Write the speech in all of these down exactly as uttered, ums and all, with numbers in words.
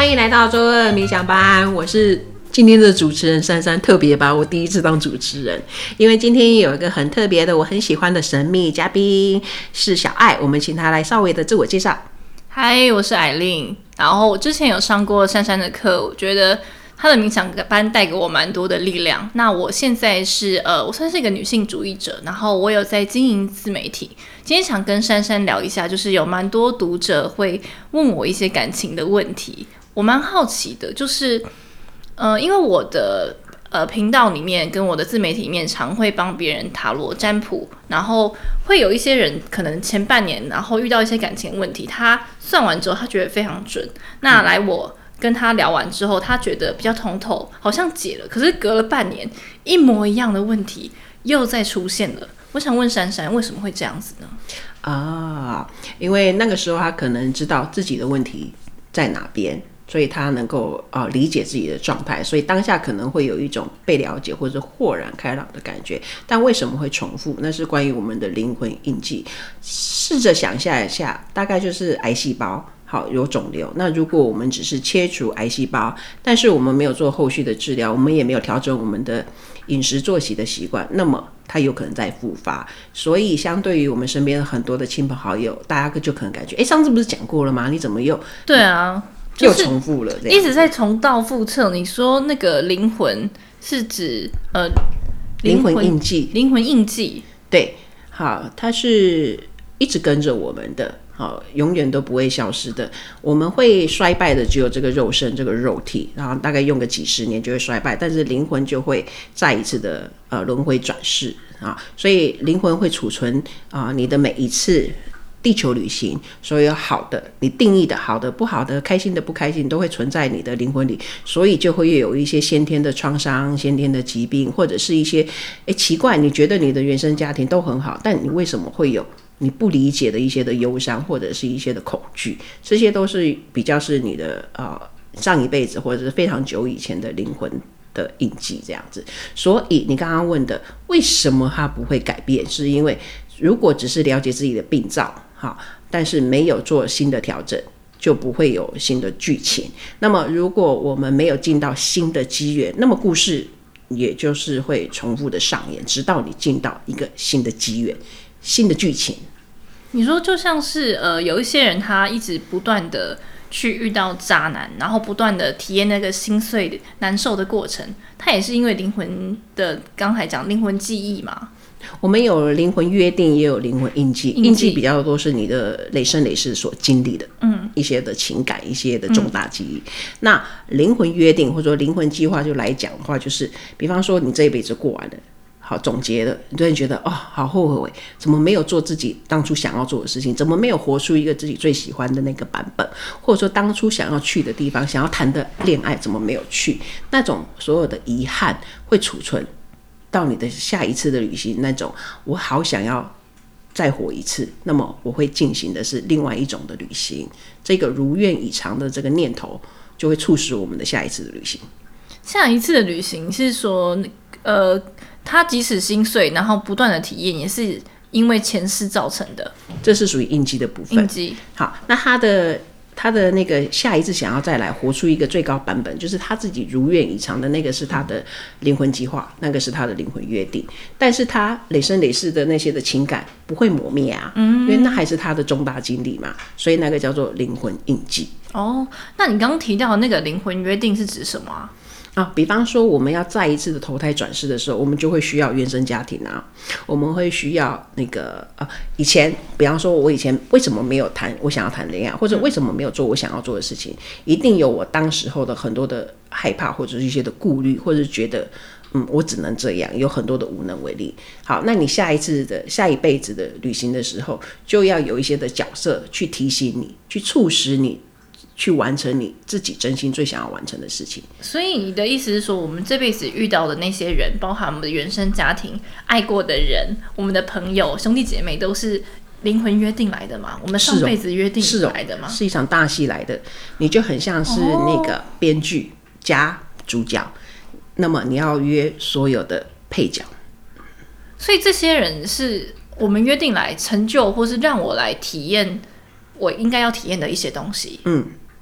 欢迎来到周二冥想班，我是今天的主持人珊珊。特别吧，我第一次当主持人，因为今天有一个很特别的我很喜欢的神秘嘉宾是小艾，我们请他来稍微的自我介绍。 嗨，我是艾琳，然后我之前有上过珊珊的课，我觉得他的冥想班带给我蛮多的力量。那我现在是呃，我算是一个女性主义者，然后我有在经营自媒体。今天想跟珊珊聊一下，就是有蛮多读者会问我一些感情的问题，我蛮好奇的，就是呃，因为我的呃频道里面跟我的自媒体里面常会帮别人塔罗占卜，然后会有一些人可能前半年然后遇到一些感情问题，他算完之后他觉得非常准，那来我跟他聊完之后，他觉得比较通透，好像解了，可是隔了半年一模一样的问题又再出现了。我想问珊珊，为什么会这样子呢？ 啊，因为那个时候他可能知道自己的问题在哪边，所以他能够、呃、理解自己的状态，所以当下可能会有一种被了解或者豁然开朗的感觉。但为什么会重复？那是关于我们的灵魂印记。试着想象一下，大概就是癌细胞。好，有肿瘤。那如果我们只是切除癌细胞，但是我们没有做后续的治疗，我们也没有调整我们的饮食作息的习惯，那么它有可能再复发。所以相对于我们身边很多的亲朋好友，大家就可能感觉，哎，上次不是讲过了吗？你怎么又对啊， 又重复了？这样一直在重蹈覆辙。你说那个灵魂是指呃灵魂印记， 灵魂印记， 对，好，它是一直跟着我们的。好，永远都不会消失的。我们会衰败的只有这个肉身，这个肉体，然后大概用个几十年就会衰败，但是灵魂就会再一次的呃轮回转世啊。所以灵魂会储存啊你的每一次地球旅行，所有好的你定义的好的、不好的、开心的、不开心，都会存在你的灵魂里，所以就会有一些先天的创伤、先天的疾病，或者是一些哎奇怪，你觉得你的原生家庭都很好，但你为什么会有？你不理解的一些的忧伤，或者是一些的恐惧，这些都是比较是你的呃上一辈子或者是非常久以前的灵魂的印记这样子。所以你刚刚问的为什么它不会改变，是因为如果只是了解自己的病灶，好，但是没有做新的调整，就不会有新的剧情。那么如果我们没有进到新的机缘，那么故事也就是会重复的上演，直到你进到一个新的机缘。新的剧情， 你说就像是呃，有一些人他一直不断的去遇到渣男，然后不断的体验那个心碎难受的过程，他也是因为灵魂的刚才讲灵魂记忆嘛。 我们有灵魂约定，也有灵魂印记。印记比较多是你的累生累世所经历的，嗯，一些的情感，一些的重大记忆。嗯、那灵魂约定或者说灵魂计划就来讲的话，就是比方说你这一辈子过完了。好，总结了，你突然觉得哦，好后悔，怎么没有做自己当初想要做的事情？怎么没有活出一个自己最喜欢的那个版本？或者说当初想要去的地方，想要谈的恋爱，怎么没有去？那种所有的遗憾会储存到你的下一次的旅行。那种我好想要再活一次，那么我会进行的是另外一种的旅行。这个如愿以偿的这个念头，就会促使我们的下一次的旅行。 下一次的旅行是说，呃。他即使心碎，然后不断的体验，也是因为前世造成的。 这是属于印记的部分。 印记。 好，那他的他的那个下一次想要再来活出一个最高版本，就是他自己如愿以偿的那个是他的灵魂计划，那个是他的灵魂约定。但是他累生累世的那些的情感不会磨灭啊，嗯，因为那还是他的重大经历嘛，所以那个叫做灵魂印记。 哦，那你刚刚提到的那个灵魂约定是指什么啊？ 啊，比方说我们要再一次的投胎转世的时候，我们就会需要原生家庭啊，我们会需要那个呃，以前比方说我以前为什么没有谈我想要谈恋爱，或者为什么没有做我想要做的事情，一定有我当时候的很多的害怕，或者是一些的顾虑，或者是觉得嗯我只能这样，有很多的无能为力。好，那你下一次的下一辈子的旅行的时候，就要有一些的角色去提醒你，去促使你。去完成你自己真心最想要完成的事情。 所以你的意思是说，我们这辈子遇到的那些人，包含我们的原生家庭、爱过的人、我们的朋友、兄弟姐妹，都是灵魂约定来的吗？我们上辈子约定来的吗？ 是、哦、是一场大戏来的，你就很像是那个编剧加主角，哦、那么你要约所有的配角。 所以这些人是我们约定来成就，或是让我来体验我应该要体验的一些东西。 嗯。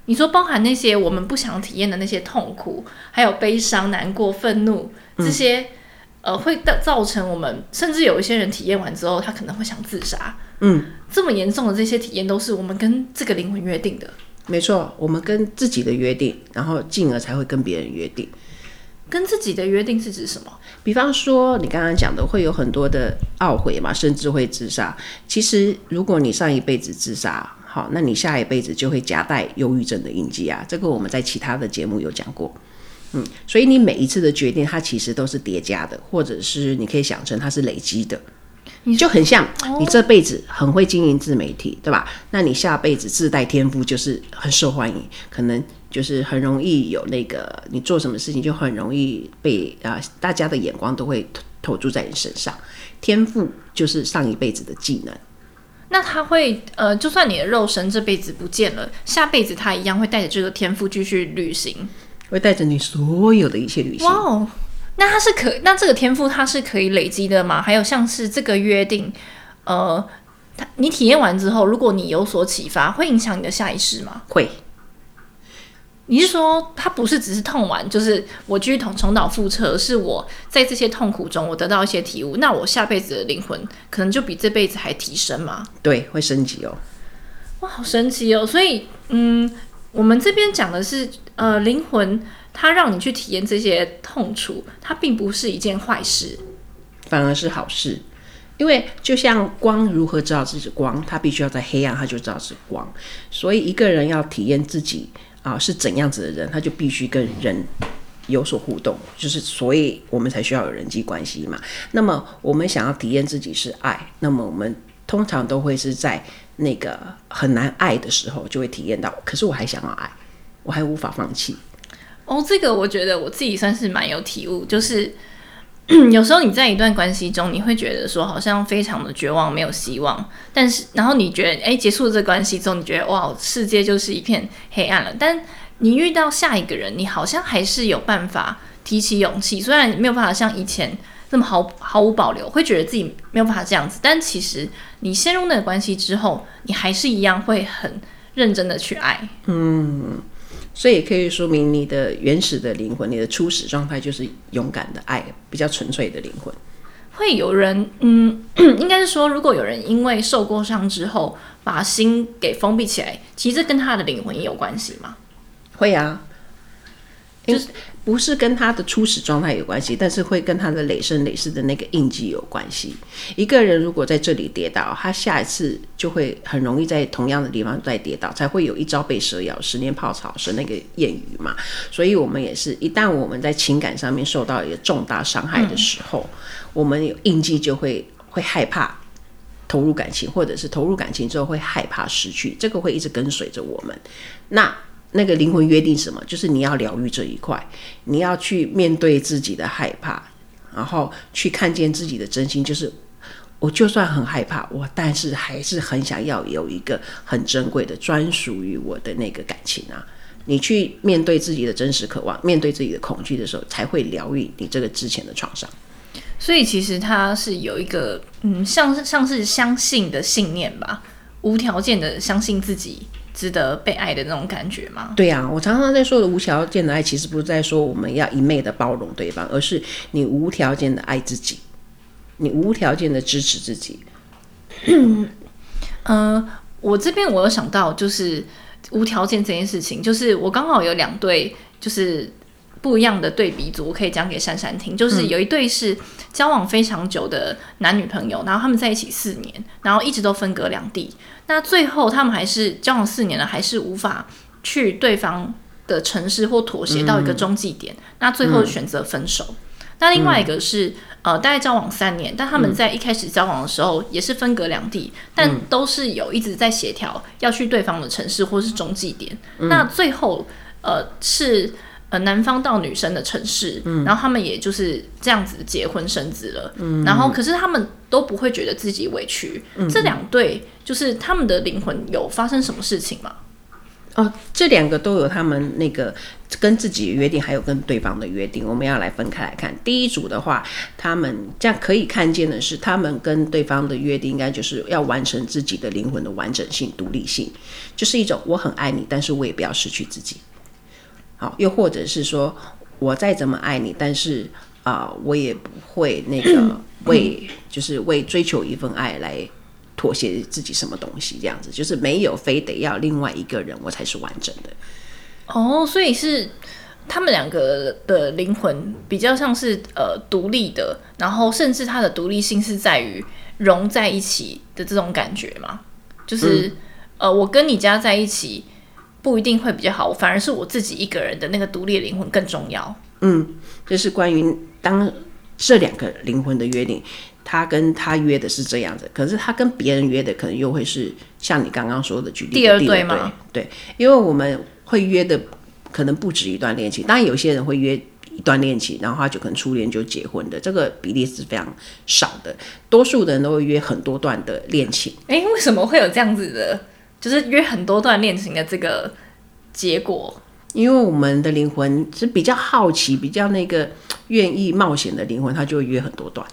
你说包含那些我们不想体验的那些痛苦，还有悲伤、难过、愤怒这些。嗯呃，会造成我们，甚至有一些人体验完之后，他可能会想自杀。嗯，这么严重的这些体验，都是我们跟这个灵魂约定的。 没错，我们跟自己的约定，然后进而才会跟别人约定。 跟自己的约定是指什么？ 比方说，你刚刚讲的会有很多的懊悔嘛，甚至会自杀。其实，如果你上一辈子自杀，好，那你下一辈子就会夹带忧郁症的印记啊。这个我们在其他的节目有讲过。嗯，所以你每一次的决定，它其实都是叠加的，或者是你可以想成它是累积的，就很像你这辈子很会经营自媒体，对吧？那你下辈子自带天赋，就是很受欢迎，可能就是很容易有那个你做什么事情就很容易被啊、呃、大家的眼光都会投注在你身上。天赋就是上一辈子的技能。 那他会呃，就算你的肉身这辈子不见了，下辈子他一样会带着这个天赋继续旅行。 会带着你所有的一切旅行。 哇哦，那它是可，那这个天赋它是可以累积的吗？还有像是这个约定，呃，你体验完之后，如果你有所启发，会影响你的下一世吗？ 会。 你是说它不是只是痛完，就是我继续重重蹈覆辙，是我在这些痛苦中我得到一些体悟，那我下辈子的灵魂可能就比这辈子还提升吗？ 对，会升级哦。 哇，好神奇哦！所以，嗯。我们这边讲的是，呃，灵魂它让你去体验这些痛楚，它并不是一件坏事， 反而是好事。因为就像光如何知道自己是光，它必须要在黑暗，它就知道是光。所以一个人要体验自己啊、呃、是怎样子的人，他就必须跟人有所互动，就是所以我们才需要有人际关系嘛。那么我们想要体验自己是爱，那么我们通常都会是在那个很难爱的时候就会体验到，可是我还想要爱，我还无法放弃。 哦，这个我觉得我自己算是蛮有体悟，就是有时候你在一段关系中，你会觉得说好像非常的绝望，没有希望，但是然后你觉得，哎，结束了这个关系之后，你觉得哇，世界就是一片黑暗了。但你遇到下一个人，你好像还是有办法提起勇气，虽然没有办法像以前那么毫毫无保留，会觉得自己没有办法这样子，但其实你陷入那个关系之后，你还是一样会很认真的去爱。 嗯，所以也可以说明你的原始的灵魂，你的初始状态就是勇敢的爱，比较纯粹的灵魂。 会有人，嗯，应该是说，如果有人因为受过伤之后把心给封闭起来，其实这跟他的灵魂也有关系吗？ 会啊。就是不是跟他的初始状态有关系，但是会跟他的累生累世的那个印记有关系。一个人如果在这里跌倒，他下一次就会很容易在同样的地方再跌倒，才会有一朝被蛇咬，十年泡草是那个谚语嘛。所以我们也是，一旦我们在情感上面受到一个重大伤害的时候，嗯、我们有印记就会会害怕投入感情，或者是投入感情之后会害怕失去，这个会一直跟随着我们。那那个灵魂约定什么？就是你要疗愈这一块，你要去面对自己的害怕，然后去看见自己的真心。就是我就算很害怕，我但是还是很想要有一个很珍贵的专属于我的那个感情啊！你去面对自己的真实渴望，面对自己的恐惧的时候，才会疗愈你这个之前的创伤。 所以其实它是有一个嗯，像是像是相信的信念吧，无条件的相信自己值得被爱的那种感觉吗？ 对啊，我常常在说的无条件的爱，其实不是在说我们要一昧的包容对方，而是你无条件的爱自己，你无条件的支持自己。 嗯、呃，我这边我有想到，就是无条件这件事情，就是我刚好有两对，就是不一样的对比组，我可以讲给珊珊听。就是有一对是交往非常久的男女朋友，然后他们在一起四年，然后一直都分隔两地。那最后他们还是交往四年了，还是无法去对方的城市或妥协到一个中继点。嗯、那最后选择分手。嗯、那另外一个是、嗯、呃，大概交往三年，但他们在一开始交往的时候也是分隔两地，嗯、但都是有一直在协调要去对方的城市或是中继点。嗯、那最后呃是。呃，男方到女生的城市，嗯、然后他们也就是这样子结婚生子了，嗯、然后可是他们都不会觉得自己委屈。嗯、这两对就是他们的灵魂有发生什么事情吗？ 哦，这两个都有他们那个跟自己的约定，还有跟对方的约定，我们要来分开来看。第一组的话，他们这样可以看见的是，他们跟对方的约定，应该就是要完成自己的灵魂的完整性、独立性，就是一种我很爱你，但是我也不要失去自己。好，又或者是说我再怎么爱你，但是啊、呃，我也不会那个为就是为追求一份爱来妥协自己什么东西，这样子就是没有非得要另外一个人我才是完整的。 哦，所以是他们两个的灵魂比较像是呃独立的，然后甚至它的独立性是在于融在一起的这种感觉嘛，就是、嗯、呃我跟你家在一起不一定会比较好，反而是我自己一个人的那个独立的灵魂更重要。 嗯，这是关于当这两个灵魂的约定，他跟他约的是这样子，可是他跟别人约的可能又会是像你刚刚说的举例的第二对吗？ 对，因为我们会约的可能不止一段恋情，当然有些人会约一段恋情，然后他就可能初恋就结婚的，这个比例是非常少的，多数的人都会约很多段的恋情。 哎，为什么会有这样子的，就是约很多段恋情的这个结果？ 因为我们的灵魂是比较好奇、比较那个愿意冒险的灵魂，他就会约很多段。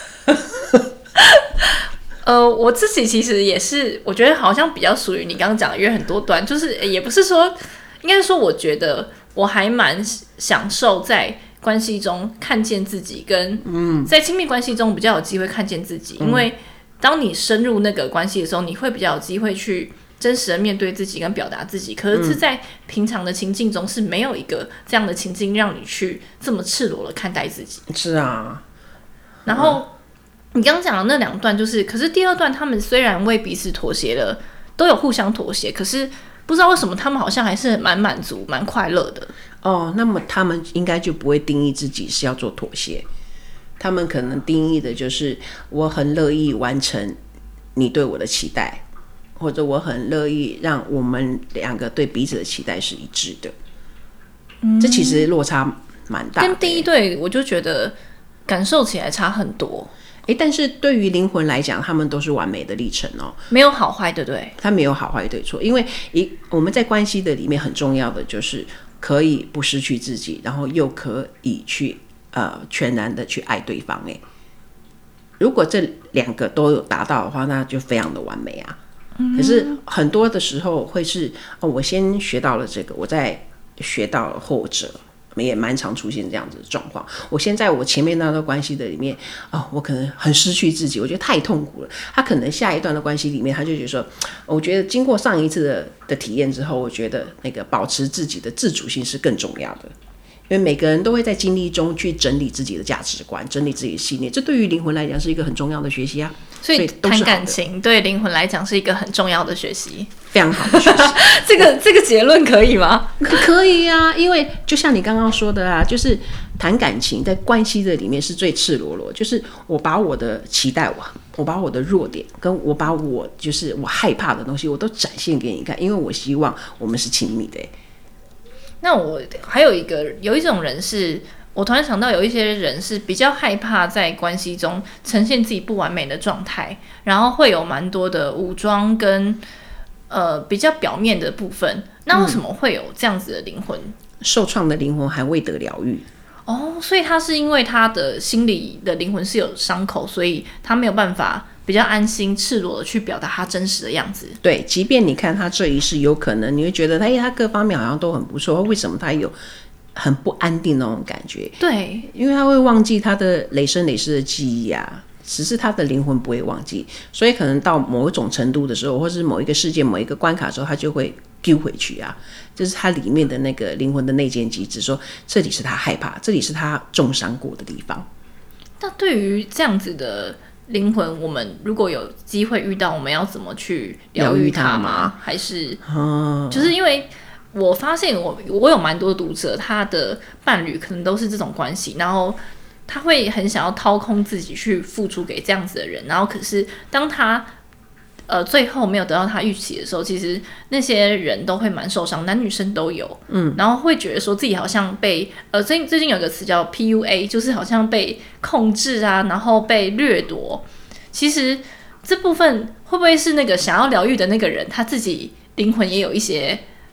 呃，我自己其实也是，我觉得好像比较属于你刚刚讲的约很多段，就是也不是说，应该说，我觉得我还蛮享受在关系中看见自己，跟嗯，在亲密关系中比较有机会看见自己，嗯、因为当你深入那个关系的时候，你会比较有机会去真实的面对自己跟表达自己。可是是在平常的情境中是没有一个这样的情境让你去这么赤裸的看待自己。 是啊， 然后。你刚刚讲的那两段就是，可是第二段他们虽然为彼此妥协了，都有互相妥协，可是不知道为什么他们好像还是蛮满足、蛮快乐的。 哦，那么他们应该就不会定义自己是要做妥协，他们可能定义的就是我很乐意完成你对我的期待，或者我很乐意让我们两个对彼此的期待是一致的。嗯，这其实落差蛮大的。 跟第一对我就觉得感受起来差很多。 欸、但是对于灵魂来讲，他们都是完美的历程哦， 没有好坏，对不对？ 他没有好坏对错，因为一我们在关系的里面很重要的就是可以不失去自己，然后又可以去呃全然的去爱对方。哎，如果这两个都有达到的话，那就非常的完美啊。嗯、可是很多的时候会是哦，我先学到了这个，我再学到了后者。也蛮常出现这样子的状况。我现在我前面那段关系的里面，哦，我可能很失去自己，我觉得太痛苦了。他可能下一段的关系里面，他就觉得说，我觉得经过上一次 的, 的体验之后，我觉得那个保持自己的自主性是更重要的。因为每个人都会在经历中去整理自己的价值观，整理自己的信念，这对于灵魂来讲是一个很重要的学习啊。 所以谈感情对灵魂来讲是一个很重要的学习， 非常好的学习。 这个这个结论可以吗？ 可以啊，因为就像你刚刚说的啊，就是谈感情在关系的里面是最赤裸裸，就是我把我的期待，我我把我的弱点，跟我把我就是我害怕的东西，我都展现给你看，因为我希望我们是亲密的。 那我还有一个，有一种人是，我突然想到，有一些人是比较害怕在关系中呈现自己不完美的状态，然后会有蛮多的武装跟呃比较表面的部分。那为什么会有这样子的灵魂？嗯、 受创的灵魂还未得疗愈。 哦，所以他是因为他的心理的灵魂是有伤口，所以他没有办法比较安心赤裸的去表达他真实的样子。 对，即便你看他这一世有可能你会觉得他他各方面好像都很不错，为什么他有很不安定那种感觉？ 对， 因为他会忘记他的累生累世的记忆啊，只是他的灵魂不会忘记，所以可能到某一种程度的时候，或是某一个事件某一个关卡的时候，他就会丢回去啊，这是他里面的那个灵魂的内建机制，说这里是他害怕，这里是他重伤过的地方。 那对于这样子的灵魂，我们如果有机会遇到，我们要怎么去疗愈它吗？还是、嗯、就是因为我发现我我有蛮多读者，他的伴侣可能都是这种关系，然后他会很想要掏空自己去付出给这样子的人，然后可是当他呃最后没有得到他预期的时候，其实那些人都会蛮受伤，男女生都有，嗯，然后会觉得说自己好像被呃最近最近有一个词叫 P U A， 就是好像被控制啊，然后被掠夺。其实这部分会不会是那个想要疗愈的那个人他自己灵魂也有一些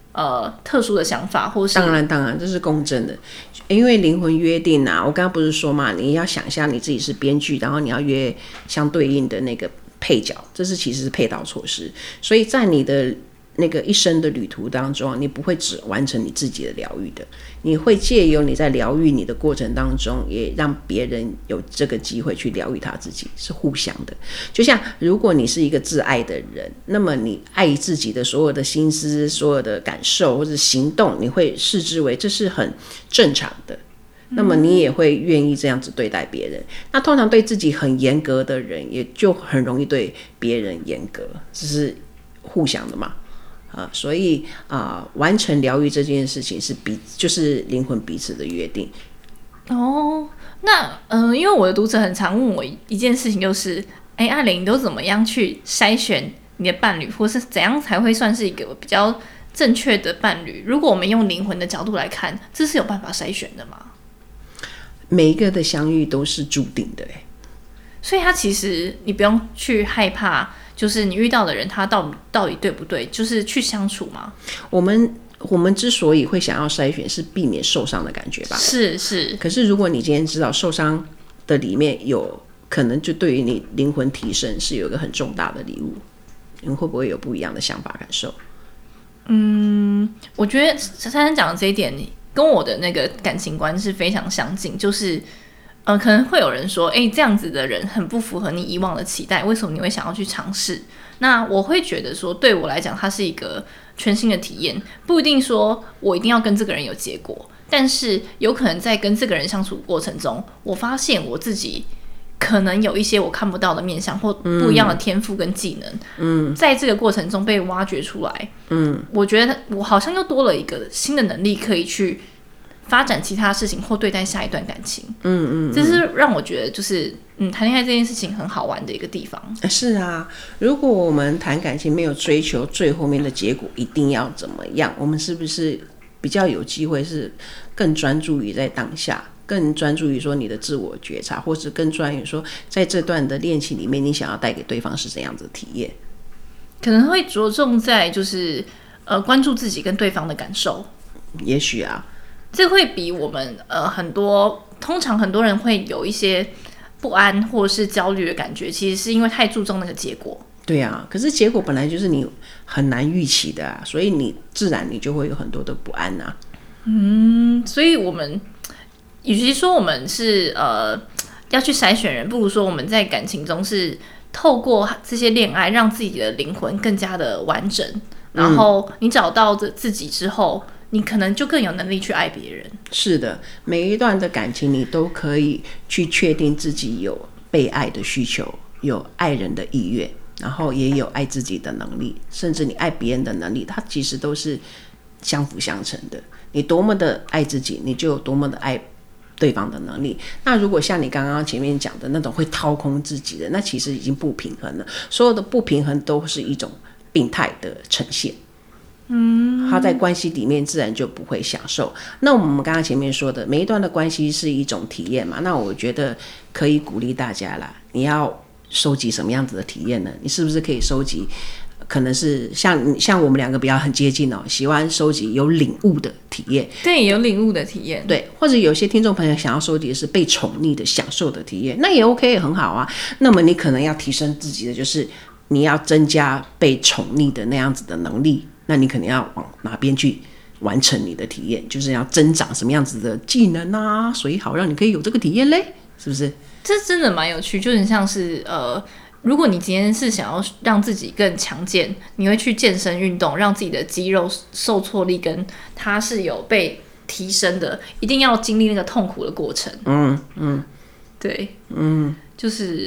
呃特殊的想法，或是当然当然这是公正的，因为灵魂约定啊，我刚刚不是说嘛，你要想象你自己是编剧，然后你要约相对应的那个配角，这是其实是配套措施，所以在你的那个一生的旅途当中，你不会只完成你自己的疗愈的，你会借由你在疗愈你的过程当中，也让别人有这个机会去疗愈他自己，是互相的。就像如果你是一个自爱的人，那么你爱自己的所有的心思、所有的感受或者行动，你会视之为这是很正常的。那么你也会愿意这样子对待别人。那通常对自己很严格的人，也就很容易对别人严格，这是互相的嘛。啊，所以啊、呃，完成疗愈这件事情是彼就是灵魂彼此的约定。 哦，那嗯、呃，因为我的读者很常问我一件事情，就是，哎，阿玲，你都怎么样去筛选你的伴侣，或是怎样才会算是一个比较正确的伴侣？如果我们用灵魂的角度来看，这是有办法筛选的吗？ 每一个的相遇都是注定的，哎， 所以他其实你不用去害怕。就是你遇到的人，他到底到底对不对？就是去相处嘛。 我们我们之所以会想要筛选，是避免受伤的感觉吧？ 是是。 可是如果你今天知道受伤的里面有可能，就对于你灵魂提升是有一个很重大的礼物，你会不会有不一样的想法感受？ 嗯，我觉得珊珊讲的这一点，跟我的那个感情观是非常相近，就是。呃，可能会有人说，哎，这样子的人很不符合你以往的期待，为什么你会想要去尝试？那我会觉得说，对我来讲，它是一个全新的体验，不一定说我一定要跟这个人有结果，但是有可能在跟这个人相处过程中，我发现我自己可能有一些我看不到的面向或不一样的天赋跟技能，嗯，在这个过程中被挖掘出来，嗯，我觉得我好像又多了一个新的能力可以去。发展其他事情或对待下一段感情，嗯嗯，这是让我觉得就是嗯谈恋爱这件事情很好玩的一个地方。 是啊，如果我们谈感情没有追求最后面的结果一定要怎么样，我们是不是比较有机会是更专注于在当下，更专注于说你的自我觉察，或是更专于说在这段的恋情里面你想要带给对方是怎样子的体验？ 可能会着重在就是呃关注自己跟对方的感受。 也许啊。 这会比我们呃很多通常很多人会有一些不安或者是焦虑的感觉，其实是因为太注重那个结果。 对啊，可是结果本来就是你很难预期的啊，所以你自然你就会有很多的不安啊。 嗯，所以我们与其说我们是呃要去筛选人，不如说我们在感情中是透过这些恋爱让自己的灵魂更加的完整，然后你找到自己之后。你可能就更有能力去爱别人。 是的，每一段的感情你都可以去确定自己有被爱的需求，有爱人的意愿，然后也有爱自己的能力，甚至你爱别人的能力，它其实都是相辅相成的。你多么的爱自己，你就有多么的爱对方的能力。那如果像你刚刚前面讲的那种会掏空自己的，那其实已经不平衡了。所有的不平衡都是一种病态的呈现。嗯，他在关系里面自然就不会享受。那我们刚刚前面说的，每一段的关系是一种体验嘛？那我觉得可以鼓励大家啦。你要收集什么样子的体验呢？你是不是可以收集？可能是像像我们两个比较很接近哦，喜欢收集有领悟的体验。 对，有领悟的体验。 对，或者有些听众朋友想要收集的是被宠溺的享受的体验，那也 OK， 也很好啊。那么你可能要提升自己的，就是你要增加被宠溺的那样子的能力。那你肯定要往哪边去完成你的体验，就是要增长什么样子的技能啊，所以好让你可以有这个体验嘞，是不是？ 这真的蛮有趣，就很像是呃，如果你今天是想要让自己更强健，你会去健身运动，让自己的肌肉受挫力跟它是有被提升的，一定要经历那个痛苦的过程。 嗯嗯， 对，嗯，就是。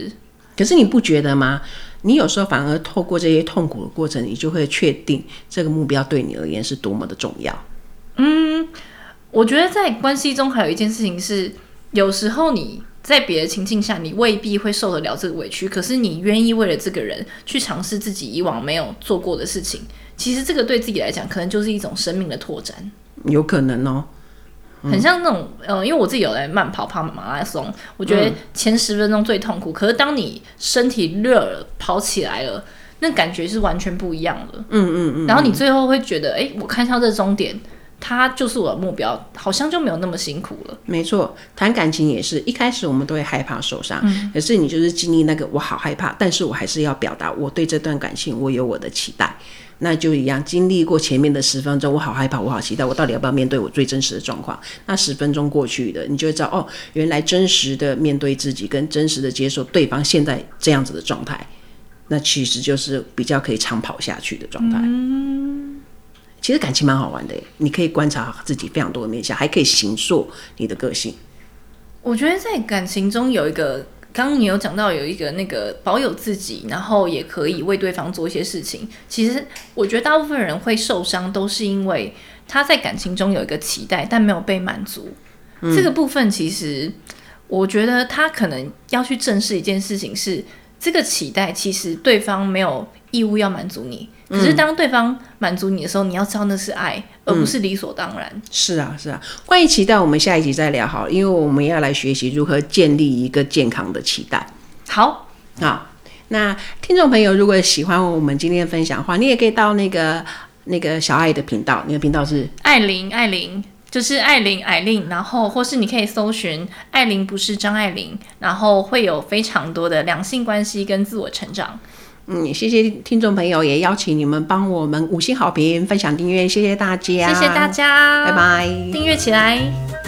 可是你不觉得吗？你有时候反而透过这些痛苦的过程，你就会确定这个目标对你而言是多么的重要。 嗯，我觉得在关系中还有一件事情是，有时候你在别的情境下，你未必会受得了这个委屈，可是你愿意为了这个人去尝试自己以往没有做过的事情，其实这个对自己来讲，可能就是一种生命的拓展。 有可能哦。 很像那种，呃，因为我自己有来慢跑跑马拉松，我觉得前十分钟最痛苦，可是当你身体热了，跑起来了， 那感觉是完全不一样的。 嗯嗯嗯。 然后你最后会觉得，哎，我看向这终点，它就是我的目标，好像就没有那么辛苦了。 没错，谈感情也是一开始我们都会害怕受伤，嗯、可是你就是经历那个我好害怕，但是我还是要表达我对这段感情我有我的期待。那就一样，经历过前面的十分钟，我好害怕，我好期待，我到底要不要面对我最真实的状况？那十分钟过去的，你就会知道，哦，原来真实的面对自己，跟真实的接受对方现在这样子的状态，那其实就是比较可以长跑下去的状态。嗯，其实感情蛮好玩的，你可以观察自己非常多的面向，还可以形塑你的个性。 我觉得在感情中有一个。刚刚你有讲到有一个那个保有自己，然后也可以为对方做一些事情。其实我觉得大部分人会受伤，都是因为他在感情中有一个期待，但没有被满足。嗯、这个部分其实我觉得他可能要去正视一件事情是，这个期待其实对方没有义务要满足你。可是当对方满足你的时候，你要知道那是爱，而不是理所当然。 嗯、是啊，是啊。关于期待，我们下一集再聊好了，因为我们要来学习如何建立一个健康的期待。 好， 好。那听众朋友，如果喜欢我们今天的分享的话，你也可以到那个那个小爱的频道，你的频道是艾琳，艾琳就是艾琳，艾琳，然后或是你可以搜寻艾琳不是张爱玲，然后会有非常多的两性关系跟自我成长。 嗯，谢谢听众朋友，也邀请你们帮我们五星好评、分享、订阅，谢谢大家， 谢谢大家， 拜拜， 订阅起来。